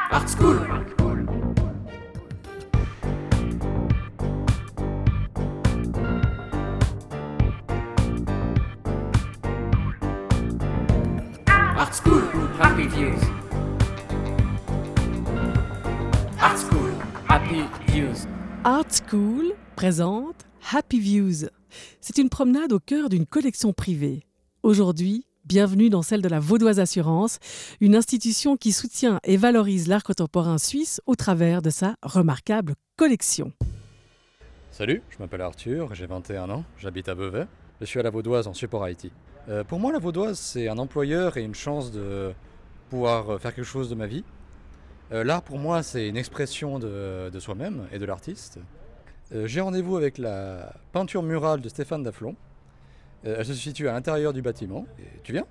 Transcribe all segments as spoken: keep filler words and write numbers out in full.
Art School. Art School, Happy Views. Art School, Happy Views. Art School présente Happy Views. C'est une promenade au cœur d'une collection privée. Aujourd'hui, bienvenue dans celle de la Vaudoise Assurance, une institution qui soutient et valorise l'art contemporain suisse au travers de sa remarquable collection. Salut, je m'appelle Arthur, j'ai vingt et un ans, j'habite à Beauvais. Je suis à la Vaudoise en support I T. Euh, pour moi, la Vaudoise, c'est un employeur et une chance de pouvoir faire quelque chose de ma vie. Euh, l'art, pour moi, c'est une expression de, de soi-même et de l'artiste. Euh, j'ai rendez-vous avec la peinture murale de Stéphane Daflon. Euh, elle se situe à l'intérieur du bâtiment. Et tu viens ?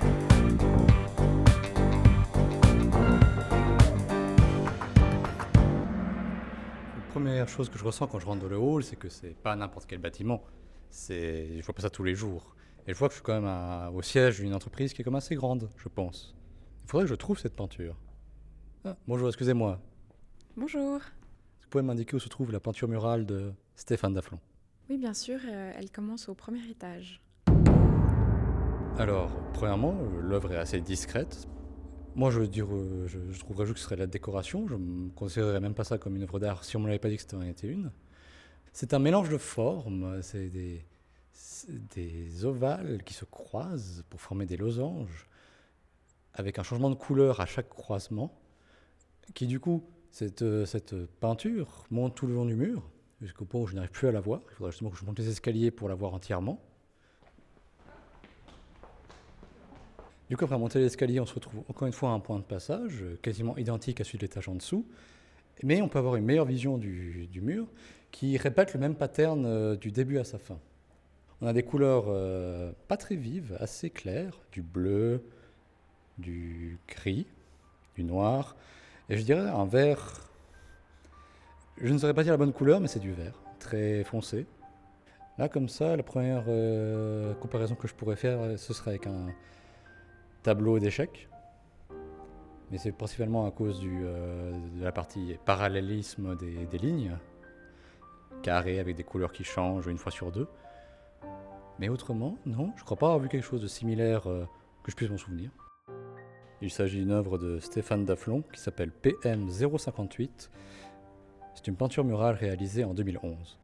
La première chose que je ressens quand je rentre dans le hall, c'est que c'est pas n'importe quel bâtiment. C'est... Je vois pas ça tous les jours. Et je vois que je suis quand même à... au siège d'une entreprise qui est comme assez grande, je pense. Il faudrait que je trouve cette peinture. Ah, bonjour, excusez-moi. Bonjour. Vous pouvez m'indiquer où se trouve la peinture murale de Stéphane Daflon ? Oui, bien sûr, euh, elle commence au premier étage. Alors, premièrement, l'œuvre est assez discrète. Moi, je, veux dire, euh, je, je trouverais juste que ce serait de la décoration. Je ne considérerais même pas ça comme une œuvre d'art si on ne me l'avait pas dit que c'était en était une. C'est un mélange de formes. C'est des, c'est des ovales qui se croisent pour former des losanges, avec un changement de couleur à chaque croisement, qui du coup, cette, cette peinture monte tout le long du mur, jusqu'au point où je n'arrive plus à la voir. Il faudrait justement que je monte les escaliers pour la voir entièrement. Du coup, après monter l'escalier, on se retrouve encore une fois à un point de passage, quasiment identique à celui de l'étage en dessous, mais on peut avoir une meilleure vision du, du mur, qui répète le même pattern euh, du début à sa fin. On a des couleurs euh, pas très vives, assez claires, du bleu, du gris, du noir, et je dirais un vert, je ne saurais pas dire la bonne couleur, mais c'est du vert, très foncé. Là, comme ça, la première euh, comparaison que je pourrais faire, ce serait avec un tableau d'échecs, mais c'est principalement à cause du, euh, de la partie parallélisme des, des lignes, carré avec des couleurs qui changent une fois sur deux. Mais autrement, non, je ne crois pas avoir vu quelque chose de similaire euh, que je puisse m'en souvenir. Il s'agit d'une œuvre de Stéphane Daflon qui s'appelle P M zéro cinquante-huit. C'est une peinture murale réalisée en deux mille onze.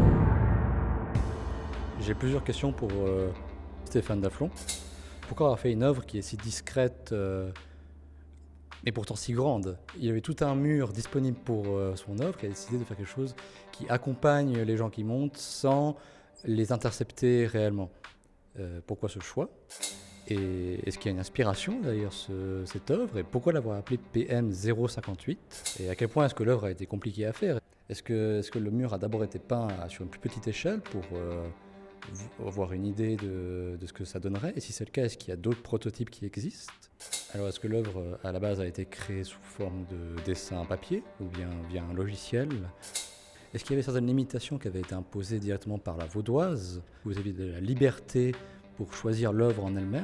J'ai plusieurs questions pour euh, Stéphane Daflon. Pourquoi avoir fait une œuvre qui est si discrète, euh, mais pourtant si grande ? Il y avait tout un mur disponible pour euh, son œuvre, qui a décidé de faire quelque chose qui accompagne les gens qui montent sans les intercepter réellement. Euh, pourquoi ce choix ? Et est-ce qu'il y a une inspiration derrière ce, cette œuvre ? Et pourquoi l'avoir appelée P M zéro cinquante-huit ? Et à quel point est-ce que l'œuvre a été compliquée à faire ? Est-ce que, est-ce que le mur a d'abord été peint sur une plus petite échelle pour euh, avoir une idée de, de ce que ça donnerait ? Et si c'est le cas, est-ce qu'il y a d'autres prototypes qui existent ? Alors est-ce que l'œuvre à la base a été créée sous forme de dessin papier ou bien via un logiciel ? Est-ce qu'il y avait certaines limitations qui avaient été imposées directement par la Vaudoise ? Vous aviez de la liberté pour choisir l'œuvre en elle-même ?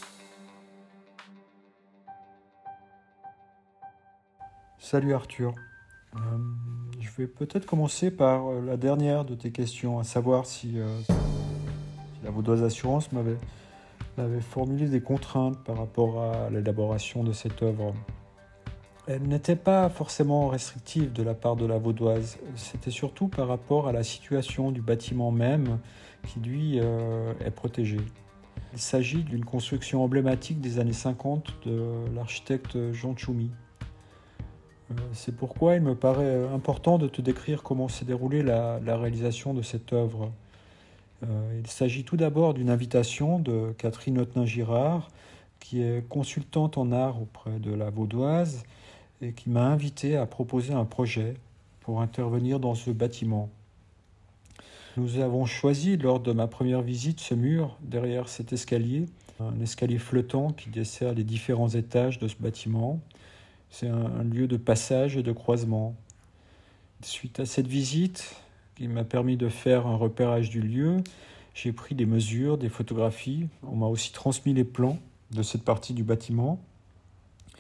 Salut Arthur. Euh, je vais peut-être commencer par euh, la dernière de tes questions, à savoir si, euh, si la Vaudoise Assurance m'avait, m'avait formulé des contraintes par rapport à l'élaboration de cette œuvre. Elle n'était pas forcément restrictive de la part de la Vaudoise, c'était surtout par rapport à la situation du bâtiment même qui, lui, euh, est protégé. Il s'agit d'une construction emblématique des années cinquante de l'architecte Jean Tchoumi. Euh, c'est pourquoi il me paraît important de te décrire comment s'est déroulée la, la réalisation de cette œuvre. Euh, il s'agit tout d'abord d'une invitation de Catherine Otnin-Girard, qui est consultante en art auprès de la Vaudoise, et qui m'a invité à proposer un projet pour intervenir dans ce bâtiment. Nous avons choisi lors de ma première visite ce mur derrière cet escalier, un escalier flottant qui dessert les différents étages de ce bâtiment. C'est un, un lieu de passage et de croisement. Suite à cette visite, qui m'a permis de faire un repérage du lieu, j'ai pris des mesures, des photographies. On m'a aussi transmis les plans de cette partie du bâtiment.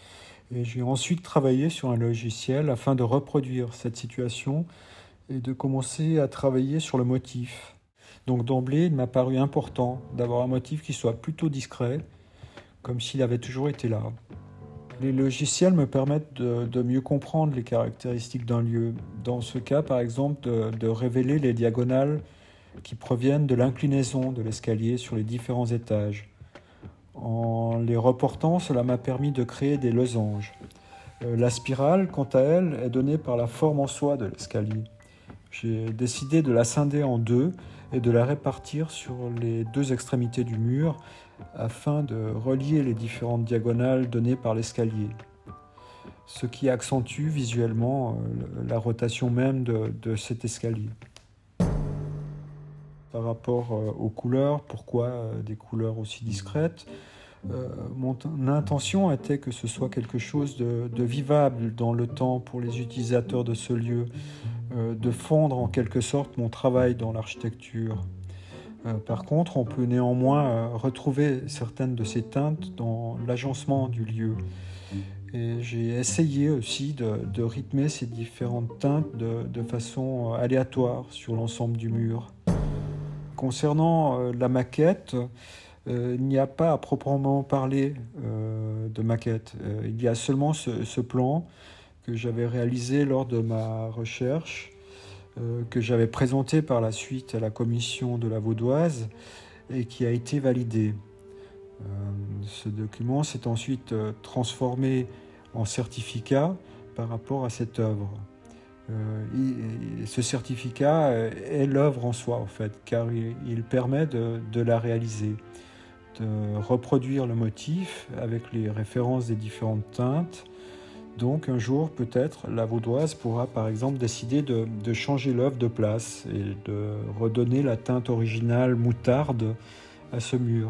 Et j'ai ensuite travaillé sur un logiciel afin de reproduire cette situation et de commencer à travailler sur le motif. Donc d'emblée, il m'a paru important d'avoir un motif qui soit plutôt discret, comme s'il avait toujours été là. Les logiciels me permettent de, de mieux comprendre les caractéristiques d'un lieu. Dans ce cas, par exemple, de, de révéler les diagonales qui proviennent de l'inclinaison de l'escalier sur les différents étages. En les reportant, cela m'a permis de créer des losanges. Euh, la spirale, quant à elle, est donnée par la forme en soi de l'escalier. J'ai décidé de la scinder en deux et de la répartir sur les deux extrémités du mur afin de relier les différentes diagonales données par l'escalier, ce qui accentue visuellement euh, la rotation même de, de cet escalier. Par rapport euh, aux couleurs, pourquoi euh, des couleurs aussi discrètes ? euh, Mon intention était que ce soit quelque chose de, de vivable dans le temps pour les utilisateurs de ce lieu, euh, de fondre en quelque sorte mon travail dans l'architecture. Euh, par contre, on peut néanmoins euh, retrouver certaines de ces teintes dans l'agencement du lieu. Et j'ai essayé aussi de, de rythmer ces différentes teintes de, de façon aléatoire sur l'ensemble du mur. Concernant euh, la maquette, euh, il n'y a pas à proprement parler euh, de maquette. Euh, il y a seulement ce, ce plan que j'avais réalisé lors de ma recherche, euh, que j'avais présenté par la suite à la commission de la Vaudoise et qui a été validé. Euh, ce document s'est ensuite euh, transformé en certificat par rapport à cette œuvre. Euh, il, ce certificat est l'œuvre en soi, en fait, car il, il permet de, de la réaliser, de reproduire le motif avec les références des différentes teintes. Donc un jour, peut-être, la Vaudoise pourra par exemple décider de, de changer l'œuvre de place et de redonner la teinte originale moutarde à ce mur.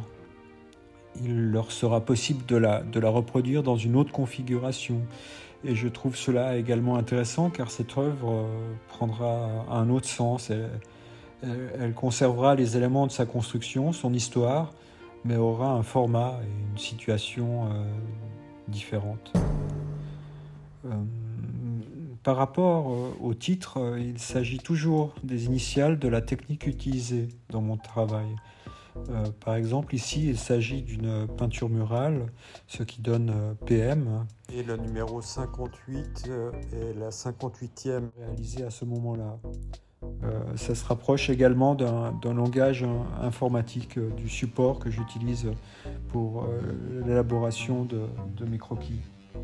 Il leur sera possible de la, de la reproduire dans une autre configuration. Et je trouve cela également intéressant car cette œuvre euh, prendra un autre sens. Elle, elle, elle conservera les éléments de sa construction, son histoire, mais aura un format et une situation euh, différente. Euh, par rapport euh, au titre, euh, il s'agit toujours des initiales de la technique utilisée dans mon travail. Euh, par exemple, ici, il s'agit d'une peinture murale, ce qui donne euh, P M. Et le numéro cinquante-huit euh, est la cinquante-huitième réalisée à ce moment-là. Euh, ça se rapproche également d'un, d'un langage hein, informatique, euh, du support que j'utilise pour euh, l'élaboration de, de mes croquis.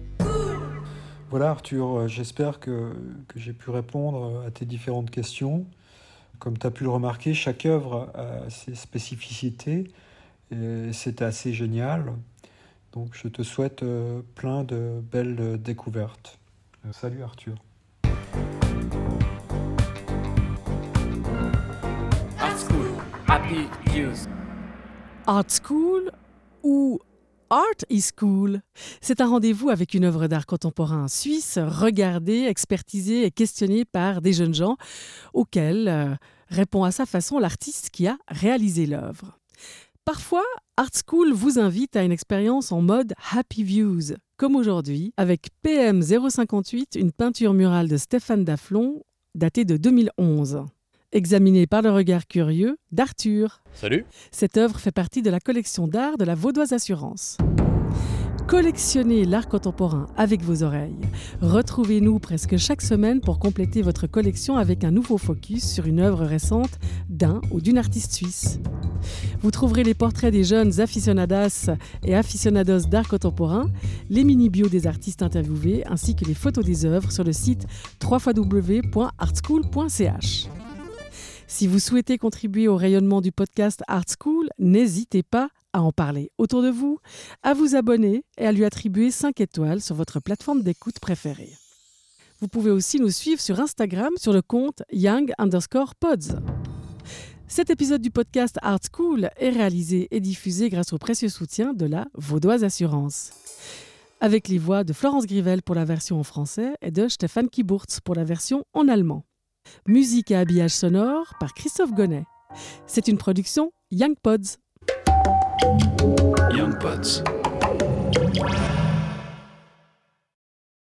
Voilà Arthur, j'espère que, que j'ai pu répondre à tes différentes questions. Comme tu as pu le remarquer, chaque œuvre a ses spécificités et c'est assez génial. Donc je te souhaite plein de belles découvertes. Salut Arthur. Art School, Happy Views. Art School ou Art is Cool. C'est un rendez-vous avec une œuvre d'art contemporain suisse, regardée, expertisée et questionnée par des jeunes gens auxquels euh, répond à sa façon l'artiste qui a réalisé l'œuvre. Parfois, Art School vous invite à une expérience en mode Happy Views, comme aujourd'hui, avec P M zéro cinquante-huit, une peinture murale de Stéphane Daflon, datée de deux mille onze. Examinée par le regard curieux d'Arthur. Salut. Cette œuvre fait partie de la collection d'art de la Vaudoise Assurance. Collectionnez l'art contemporain avec vos oreilles. Retrouvez-nous presque chaque semaine pour compléter votre collection avec un nouveau focus sur une œuvre récente d'un ou d'une artiste suisse. Vous trouverez les portraits des jeunes aficionadas et aficionados d'art contemporain, les mini-bios des artistes interviewés ainsi que les photos des œuvres sur le site w w w point art school point c h. Si vous souhaitez contribuer au rayonnement du podcast Art School, n'hésitez pas à en parler autour de vous, à vous abonner et à lui attribuer cinq étoiles sur votre plateforme d'écoute préférée. Vous pouvez aussi nous suivre sur Instagram sur le compte young underscore pods. Cet épisode du podcast Art School est réalisé et diffusé grâce au précieux soutien de la Vaudoise Assurance. Avec les voix de Florence Grivel pour la version en français et de Stéphane Kiburtz pour la version en allemand. Musique et habillage sonore par Christophe Gonnet. C'est une production Young Pods. Young Pods.